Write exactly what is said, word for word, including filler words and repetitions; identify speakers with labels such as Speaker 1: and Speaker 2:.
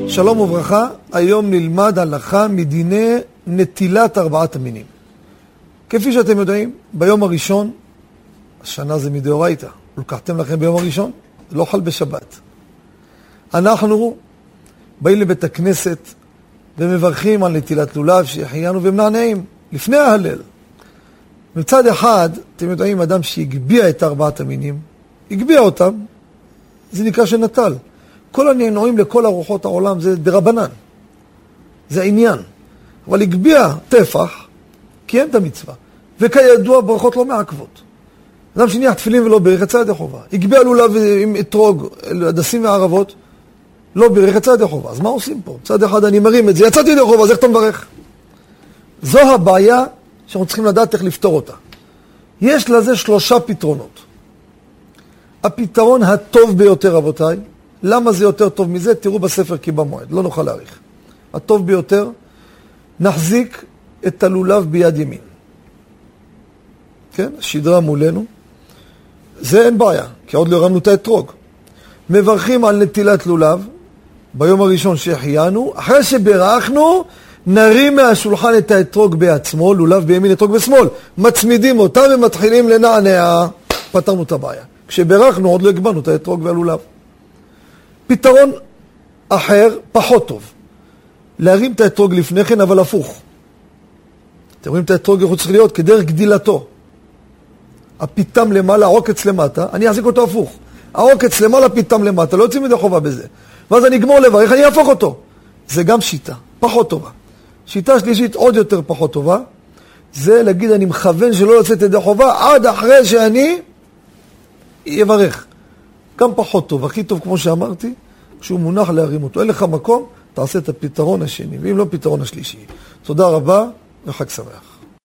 Speaker 1: שלום וברכה, היום נלמד הלכה מדיני נטילת ארבעת המינים. כפי שאתם יודעים, ביום הראשון, השנה זה מדאורייתא, לקחתם לכם ביום הראשון, זה לא חל בשבת. אנחנו באים לבית הכנסת ומברכים על נטילת לולב שהחיינו ומנענעים לפני ההלל. מצד אחד, אתם יודעים, אדם שהגביע את ארבעת המינים, הגביע אותם, זה נקרא שנטל. כל הנענועים לכל ארוחות העולם זה דרבנן, זה עניין. אבל הגביע טפח, קיים את המצווה. וכידוע ברכות לא מעכבות. אדם שניח תפילין ולא ברך, יצא ידי חובה. הגביע לולב עם אתרוג, הדסים והערבות, לא ברך, יצא ידי חובה. אז מה עושים פה? צד אחד אני מרים את זה, יצאתי ידי חובה, אז איך אתה מברך? זו הבעיה שאנחנו צריכים לדעת איך לפתור אותה. יש לזה שלושה פתרונות. הפתרון הטוב ביותר, רבותיי, למה זה יותר טוב מזה? תראו בספר כי במועד, לא נוכל להאריך. הטוב ביותר, נחזיק את הלולב ביד ימין. כן? שדרה מולנו. זה אין בעיה, כי עוד לא הרמנו את האתרוג. מברכים על נטילת לולב, ביום הראשון שהחיינו, אחרי שברכנו, נרים מהשולחן את האתרוג בעצמו, לולב בימין, אתרוג בשמאל. מצמידים אותם ומתחילים לנענע. פתרנו את הבעיה. כשברכנו עוד לא הגבנו את האתרוג והלולב. פתרון אחר, פחות טוב. להרים את האתרוג לפני כן, אבל הפוך. אתם רואים את האתרוג, יכול צריך להיות כדרך גדילתו. הפיתם למעלה, העוקץ למטה, אני אחזיק אותו הפוך. העוקץ למעלה, פיתם למטה, לא יוצאים מדי חובה בזה. ואז אני אגמור לברך, אני אהפוך אותו. זה גם שיטה, פחות טובה. שיטה שלישית, עוד יותר פחות טובה, זה להגיד, אני מכוון שלא יוצאת ידי חובה, עד אחרי שאני יברך. גם פחות טוב, הכי טוב כמו שאמרתי, כשהוא מונח להרים אותו. אין לך מקום, תעשה את הפתרון השני, ואם לא פתרון השלישי. תודה רבה וחג שמח.